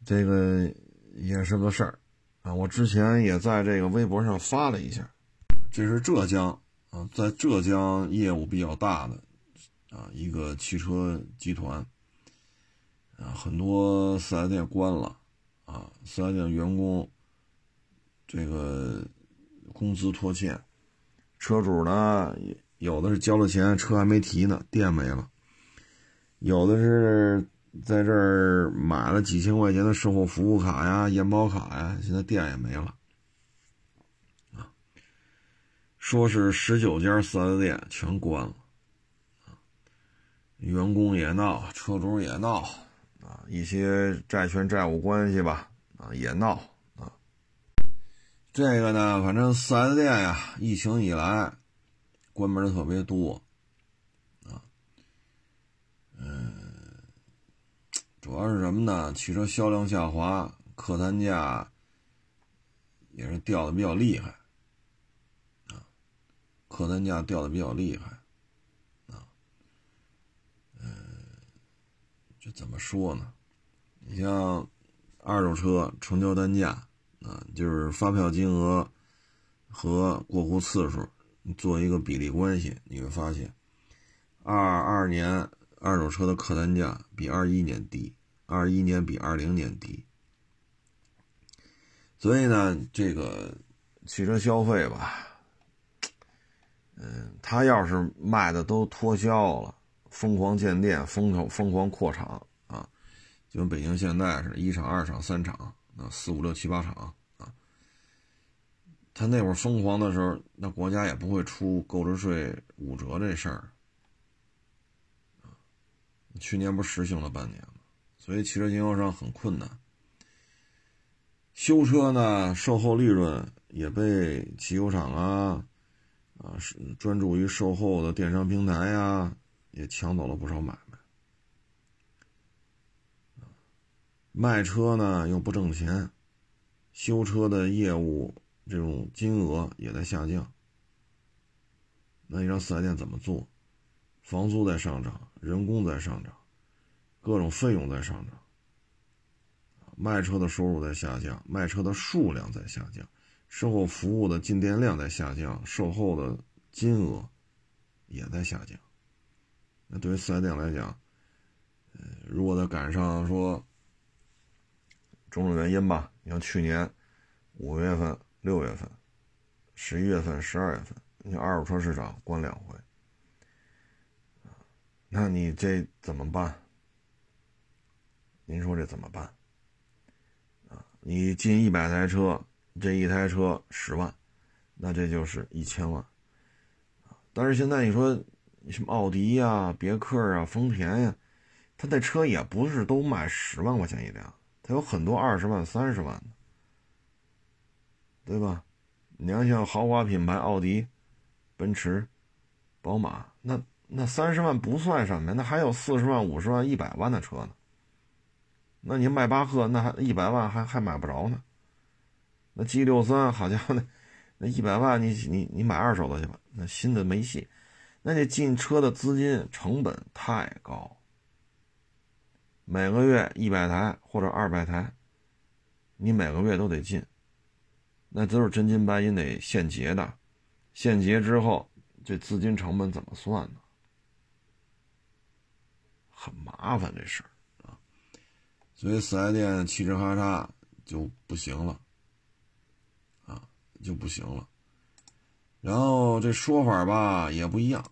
这个也是个事儿啊。我之前也在这个微博上发了一下，这是浙江啊，在浙江业务比较大的啊一个汽车集团啊，很多 四 S 店关了啊， 四 S 店员工这个工资拖欠，车主呢有的是交了钱，车还没提呢，店没了；有的是在这儿买了几千块钱的售后服务卡呀、延保卡呀，现在店也没了啊。说是十九家 四 S 店全关了啊，员工也闹，车主也闹啊，一些债权债务关系吧啊也闹啊。这个呢，反正 四 S 店呀，疫情以来关门特别多啊。嗯，主要是什么呢？汽车销量下滑，客单价也是掉的比较厉害啊，客单价掉的比较厉害啊。嗯，这怎么说呢？你像二手车成交单价啊，就是发票金额和过户次数，你做一个比例关系，你会发现，二二年二手车的客单价比二一年低，二一年比二零年低。所以呢，这个汽车消费吧，嗯，他要是卖的都脱销了，疯狂建店，疯狂疯狂扩厂啊，就跟北京现代是一厂、二厂、三厂啊，四五六七八厂啊。他那会儿疯狂的时候，那国家也不会出购置税五折这事儿。去年不是实行了半年吗？所以汽车经销商很困难。修车呢，售后利润也被汽修厂啊啊是专注于售后的电商平台呀，也抢走了不少买卖。卖车呢又不挣钱，修车的业务这种金额也在下降。那你让四 S 店怎么做？房租在上涨，人工在上涨，各种费用在上涨，卖车的收入在下降，卖车的数量在下降，售后服务的进店量在下降，售后的金额也在下降。那对于四 S 店来讲，呃，如果再赶上说种种原因吧，你像去年五月份、六月份、十一月份、十二月份，你看二手车市场关两回，那你这怎么办？您说这怎么办？啊，你进一百台车，这一台车十万，那这就是一千万。但是现在你说什么奥迪呀、别克啊、丰田呀，它那车也不是都卖十万块钱一辆，它有很多二十万、三十万的，对吧？你要像豪华品牌奥迪、奔驰、宝马，那那三十万不算什么，那还有四十万、五十万、一百万的车呢。那你迈巴赫那还一百万还还买不着呢。那 G 六十三 好家伙，那那一百万你你你买二手的去吧，那新的没戏。那你进车的资金成本太高，每个月一百台或者二百台，你每个月都得进，那都是真金白银得现结的，现结之后这资金成本怎么算呢？很麻烦这事儿啊，所以四 S 店嘁哧哈嚓就不行了啊，就不行了。然后这说法吧也不一样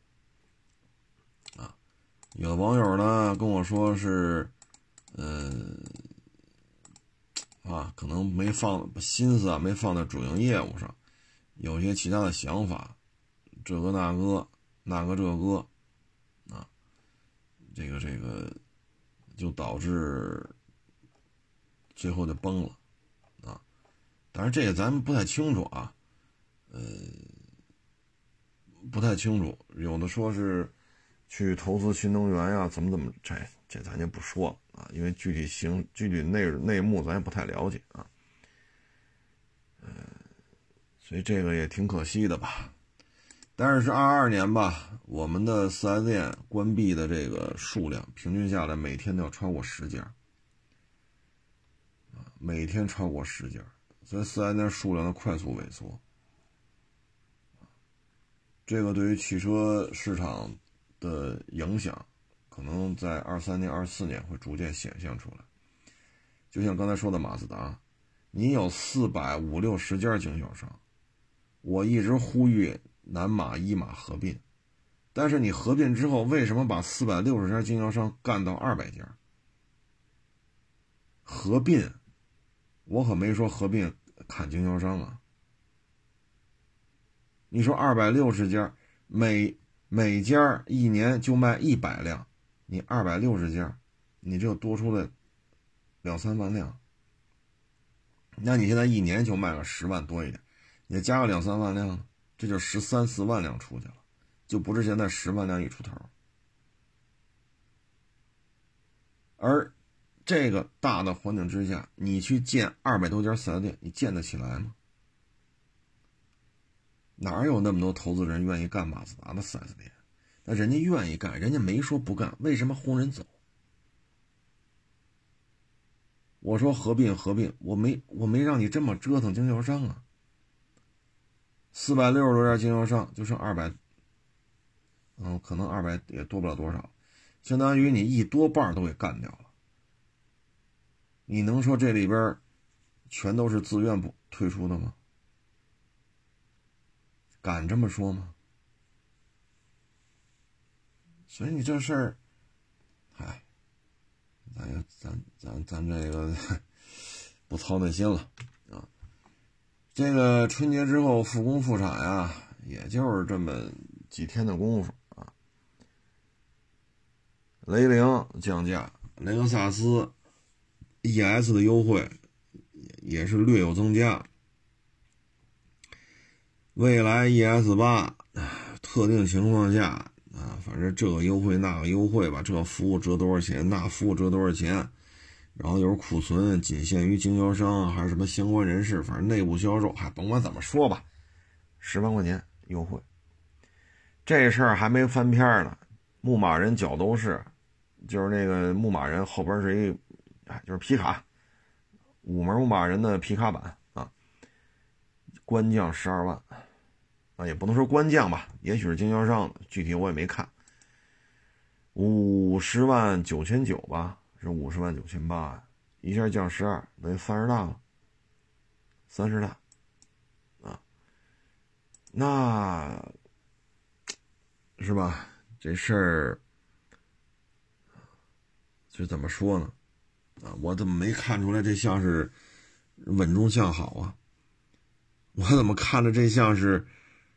啊，有的网友呢跟我说是，嗯、呃、啊，可能没放心思啊，没放在主营业务上，有些其他的想法，这个那个那个这个啊，这个这个就导致最后就崩了啊。但是这个咱们不太清楚啊，呃，不太清楚，有的说是去投资新能源呀，怎么怎么，这这咱就不说了啊，因为具体形具体内内幕咱也不太了解啊，呃，所以这个也挺可惜的吧。但是是二二年吧，我们的 四 S 店关闭的这个数量，平均下来每天都要超过十家每天超过十家，所以四 S 店数量的快速萎缩。这个对于汽车市场的影响，可能在二三年、二四年会逐渐显现出来。就像刚才说的马自达，你有四百五六十家经销商，我一直呼吁南马、一马合并，但是你合并之后，为什么把四百六十家经销商干到二百家？合并，我可没说合并砍经销商啊。你说二百六十家，每每家一年就卖一百辆，你二百六十家，你这多出了两三万辆。那你现在一年就卖个十万多一点，你加个两三万辆，这就十三四万辆出去了，就不是现在十万辆一出头。而这个大的环境之下，你去建二百多家四 S 店，你建得起来吗？哪有那么多投资人愿意干马自达的 四 S 店？那人家愿意干，人家没说不干，为什么轰人走？我说合并合并，我没我没让你这么折腾经销商啊。四百六十多家经销商就剩二百，嗯，可能二百也多不了多少，相当于你一多半都给干掉了。你能说这里边全都是自愿不退出的吗？敢这么说吗？所以你这事儿，嗨，咱咱咱咱这个不操那心了啊。这个春节之后复工复产呀，也就是这么几天的功夫啊。雷凌降价，雷克萨斯 E S 的优惠也是略有增加。未来 E S 八 特定情况下啊，反正这个优惠那个优惠吧，这服务折多少钱，那服务折多少钱，然后有库存仅限于经销商还是什么相关人士，反正内部销售还甭管怎么说吧，十万块钱优惠。这事儿还没翻篇呢，牧马人角斗士，就是那个牧马人后边是一就是皮卡，五门牧马人的皮卡版啊，官降十二万啊，也不能说官降吧，也许是经销商的，具体我也没看。五十万九千九吧，是五十万九千八，一下降十二，等于三十大了，三十大啊，那是吧？这事儿就怎么说呢？啊，我怎么没看出来这像是稳中向好啊？我怎么看着这像是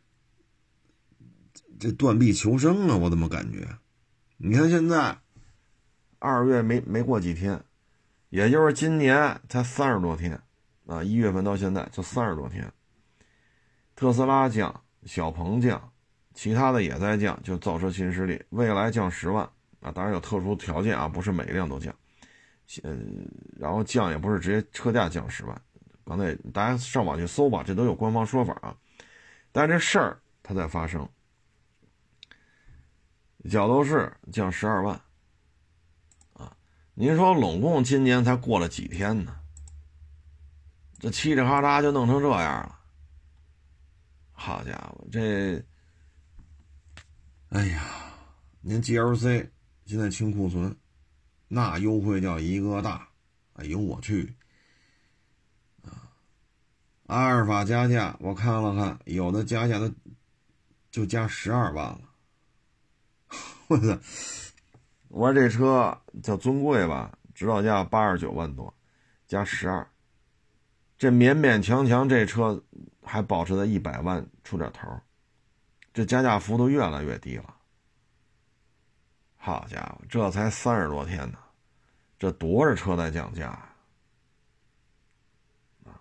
这断臂求生啊？我怎么感觉？你看现在二月没没过几天，也就是今年才三十多天啊，一月份到现在就三十多天。特斯拉降，小鹏降，其他的也在降，就造车新势力，未来降十万啊，当然有特殊条件啊，不是每辆都降。嗯，然后降也不是直接车价降十万，刚才大家上网去搜吧，这都有官方说法啊。但这事儿它在发生。角斗士降十二万啊，您说拢共今年才过了几天呢？这嘁哩哈喳就弄成这样了，好家伙，这，哎呀，您 G L C 现在清库存，那优惠叫一个大，哎呦我去啊！阿尔法加价，我看了看，有的加价的就加十二万了。我操！我说这车叫尊贵吧，指导价八十九万多，加十二，这勉勉强强这车还保持在一百万出点头，这加价幅度越来越低了。好家伙，这才三十多天呢，这多少车在降价啊！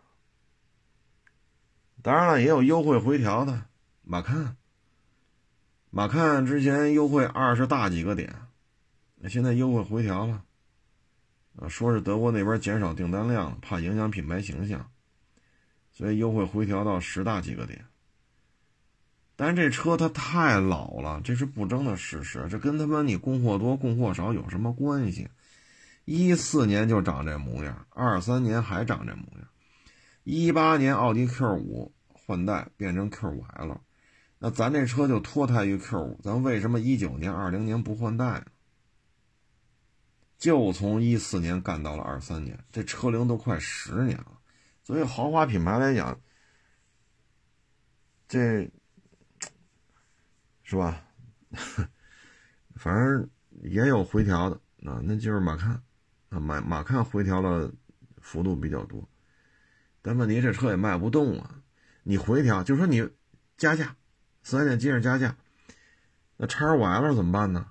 当然了，也有优惠回调的，马看。马看之前优惠二十大几个点，现在优惠回调了，啊，说是德国那边减少订单量，怕影响品牌形象，所以优惠回调到十大几个点。但是这车它太老了，这是不争的事实，这跟他妈你供货多供货少有什么关系？ 一四年就长这模样，二三年还长这模样。一八年奥迪 Q 五换代变成 Q 五 L， 那咱这车就脱胎于 Q 五，咱为什么一九年、二零年不换代呢？就从一四年干到了二三年，这车龄都快十年了。作为豪华品牌来讲，这是吧？反正也有回调的啊，那就是马看啊，马马看回调的幅度比较多，但问题这车也卖不动啊。你回调，就说你加价，四 S 店接着加价，那 X 五 L 怎么办呢？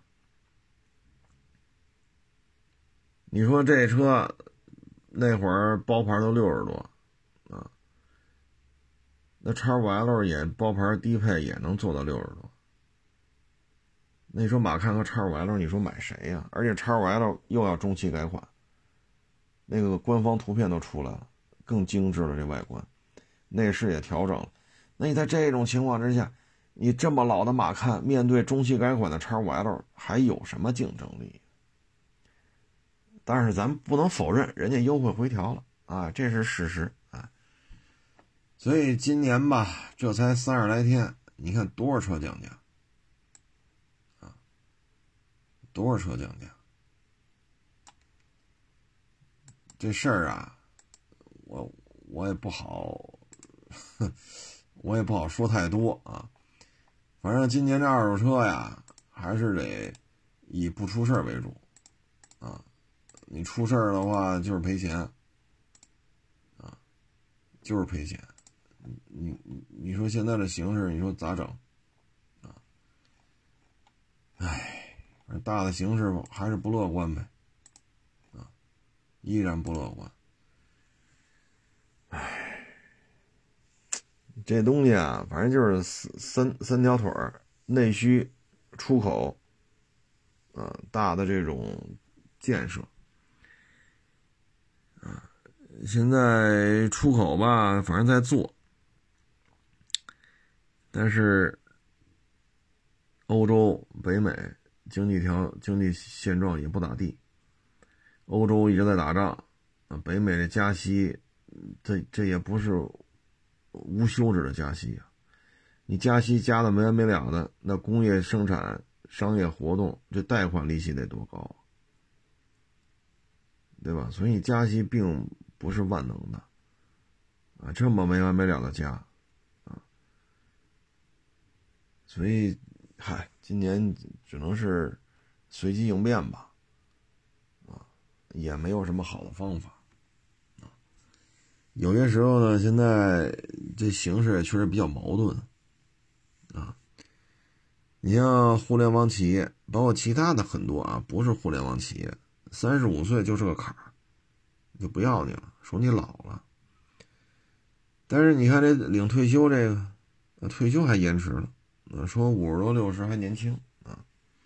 你说这车那会儿包牌都六十多啊，那 X 五 L 也包牌低配也能做到六十多。那你说马看和 X 五 L 你说买谁呀？而且 X 五 L 又要中期改款，那个官方图片都出来了，更精致了这外观，内饰也调整了。那你在这种情况之下，你这么老的马看面对中期改款的 X 五 L 还有什么竞争力？但是咱不能否认人家优惠回调了啊，这是事实啊。所以今年吧，这才三十来天，你看多少车降价啊？多少车降价？这事儿啊，我我也不好，我也不好说太多啊。反正今年这二手车呀，还是得以不出事为主啊。你出事的话就是赔钱啊，就是赔钱。你你你说现在的形势，你说咋整啊？唉，大的形势还是不乐观呗，啊，依然不乐观。唉，这东西啊，反正就是三三条腿儿，内需、出口，啊，大的这种建设。啊，现在出口吧，反正在做，但是欧洲、北美经济条经济现状也不咋地，欧洲一直在打仗啊，北美的加息，这这也不是无休止的加息啊，你加息加的没完没了的，那工业生产、商业活动这贷款利息得多高啊？对吧？所以加息并不是万能的啊，这么没完没了的加啊，所以嗨，今年只能是随机应变吧，啊，也没有什么好的方法啊。有些时候呢，现在这形势也确实比较矛盾啊。你像互联网企业，包括其他的很多啊，不是互联网企业。三十五岁就是个坎儿，就不要你了，说你老了。但是你看这领退休这个，退休还延迟了，说五十多六十还年轻啊。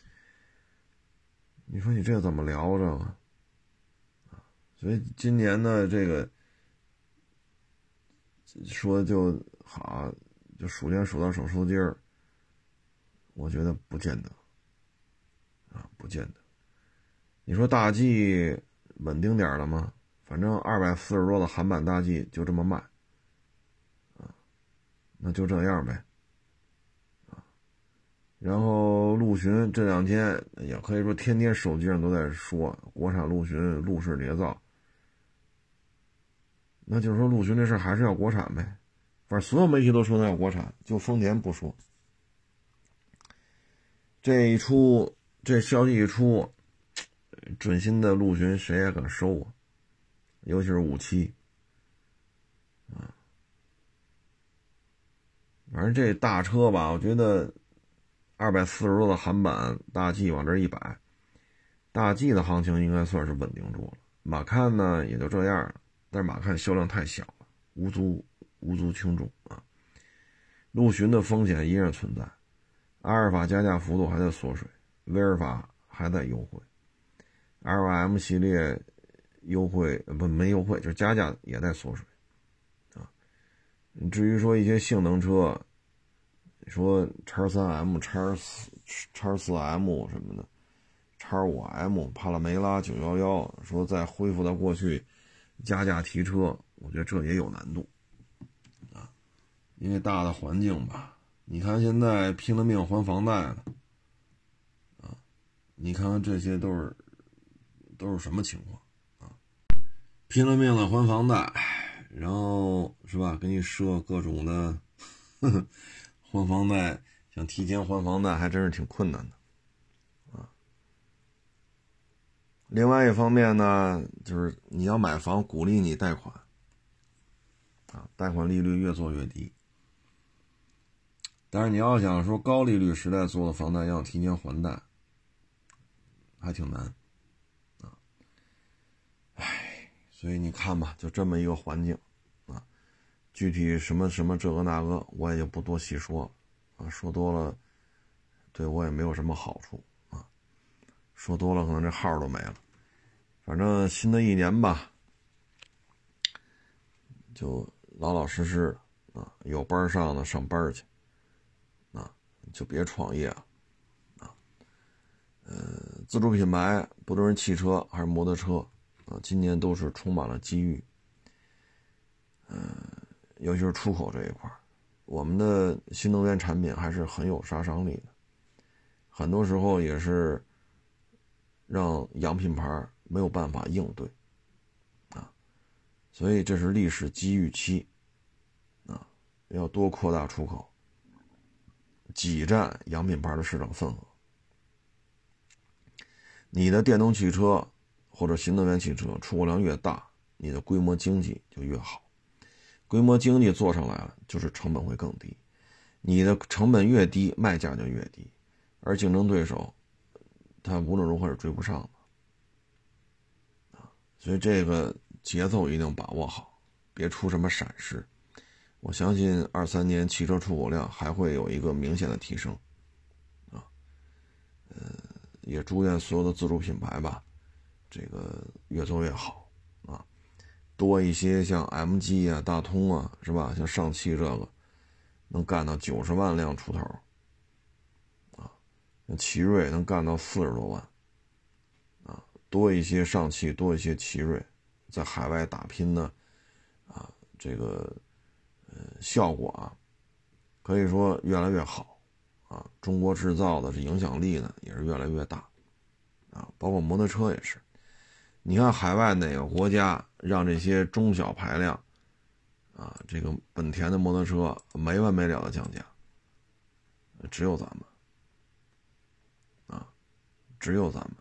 你说你这怎么聊着啊？所以今年呢，这个说就好，就数钱数到手抽筋儿，我觉得不见得啊，不见得。你说大 G 稳定点了吗？反正二百四十多的韩版大 G 就这么卖，啊，那就这样呗，啊，然后陆巡这两天也可以说天天手机上都在说国产陆巡陆氏谍照，那就是说陆巡这事还是要国产呗，反正所有媒体都说它要国产，就丰田不说。这一出，这消息一出，准新的陆巡谁也敢收啊，尤其是五七啊。反正这大车吧，我觉得二百四十多的韩版大 G 往这一摆，大 G 的行情应该算是稳定住了。马看呢也就这样了，但是马看销量太小了，无足无足轻重啊。陆巡的风险依然存在，阿尔法加价幅度还在缩水，威尔法还在优惠 ，L M 系列优惠不没优惠，就是加价也在缩水啊。至于说一些性能车，你说 X 三 M、X 四 M 什么的， 叉五 M、帕拉梅拉九一一，说再恢复到过去加价提车，我觉得这也有难度啊，因为大的环境吧，你看现在拼了命还房贷的啊，你看看这些都是都是什么情况啊？拼了命的还房贷，然后是吧，给你设各种的呵呵还房贷，想提前还房贷还真是挺困难的。另外一方面呢，就是你要买房，鼓励你贷款，啊，贷款利率越做越低。但是你要想说高利率时代做的房贷要提前还贷，还挺难，啊，唉，所以你看吧，就这么一个环境，啊，具体什么什么这个那个，我也就不多细说了，啊，说多了，对我也没有什么好处，啊，说多了可能这号都没了。反正新的一年吧，就老老实实的啊，有班上的上班去，啊，就别创业了，啊，呃，自主品牌不论是汽车还是摩托车啊，今年都是充满了机遇，嗯、呃，尤其是出口这一块，我们的新能源产品还是很有杀伤力的，很多时候也是让洋品牌没有办法应对。所以这是历史机遇期，啊，要多扩大出口，挤占洋品牌的市场份额。你的电动汽车或者新能源汽车出货量越大，你的规模经济就越好。规模经济做上来了，就是成本会更低。你的成本越低，卖价就越低，而竞争对手他无论如何是追不上的。啊，所以这个节奏一定把握好，别出什么闪失。我相信二三年汽车出口量还会有一个明显的提升，啊，呃，也祝愿所有的自主品牌吧，这个越做越好啊，多一些像 M G 啊、大通啊，是吧？像上汽这个能干到九十万辆出头，啊，像奇瑞能干到四十多万，啊，多一些上汽，多一些奇瑞。在海外打拼呢，啊，这个呃效果啊，可以说越来越好啊。中国制造的这影响力呢，也是越来越大啊。包括摩托车也是，你看海外哪个国家让这些中小排量啊，这个本田的摩托车没完没了的降价，只有咱们啊，只有咱们。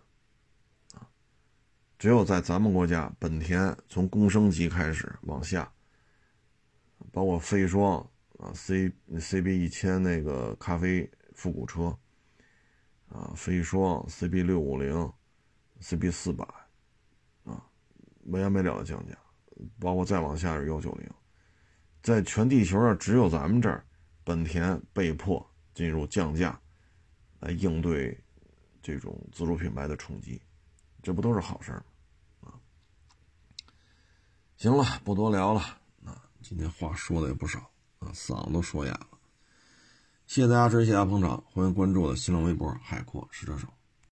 只有在咱们国家，本田从公升级开始往下，包括飞双啊 ，C C B 一千那个咖啡复古车啊，飞双 C B 六五零 C B 四百啊，没完没了的降价，包括再往下是一九零，在全地球上只有咱们这儿，本田被迫进入降价来应对这种自主品牌的冲击，这不都是好事吗？行了，不多聊了啊！今天话说的也不少啊，嗓子都说哑了。谢谢大家支持，谢谢大家捧场，欢迎关注我的新浪微博海阔试车手。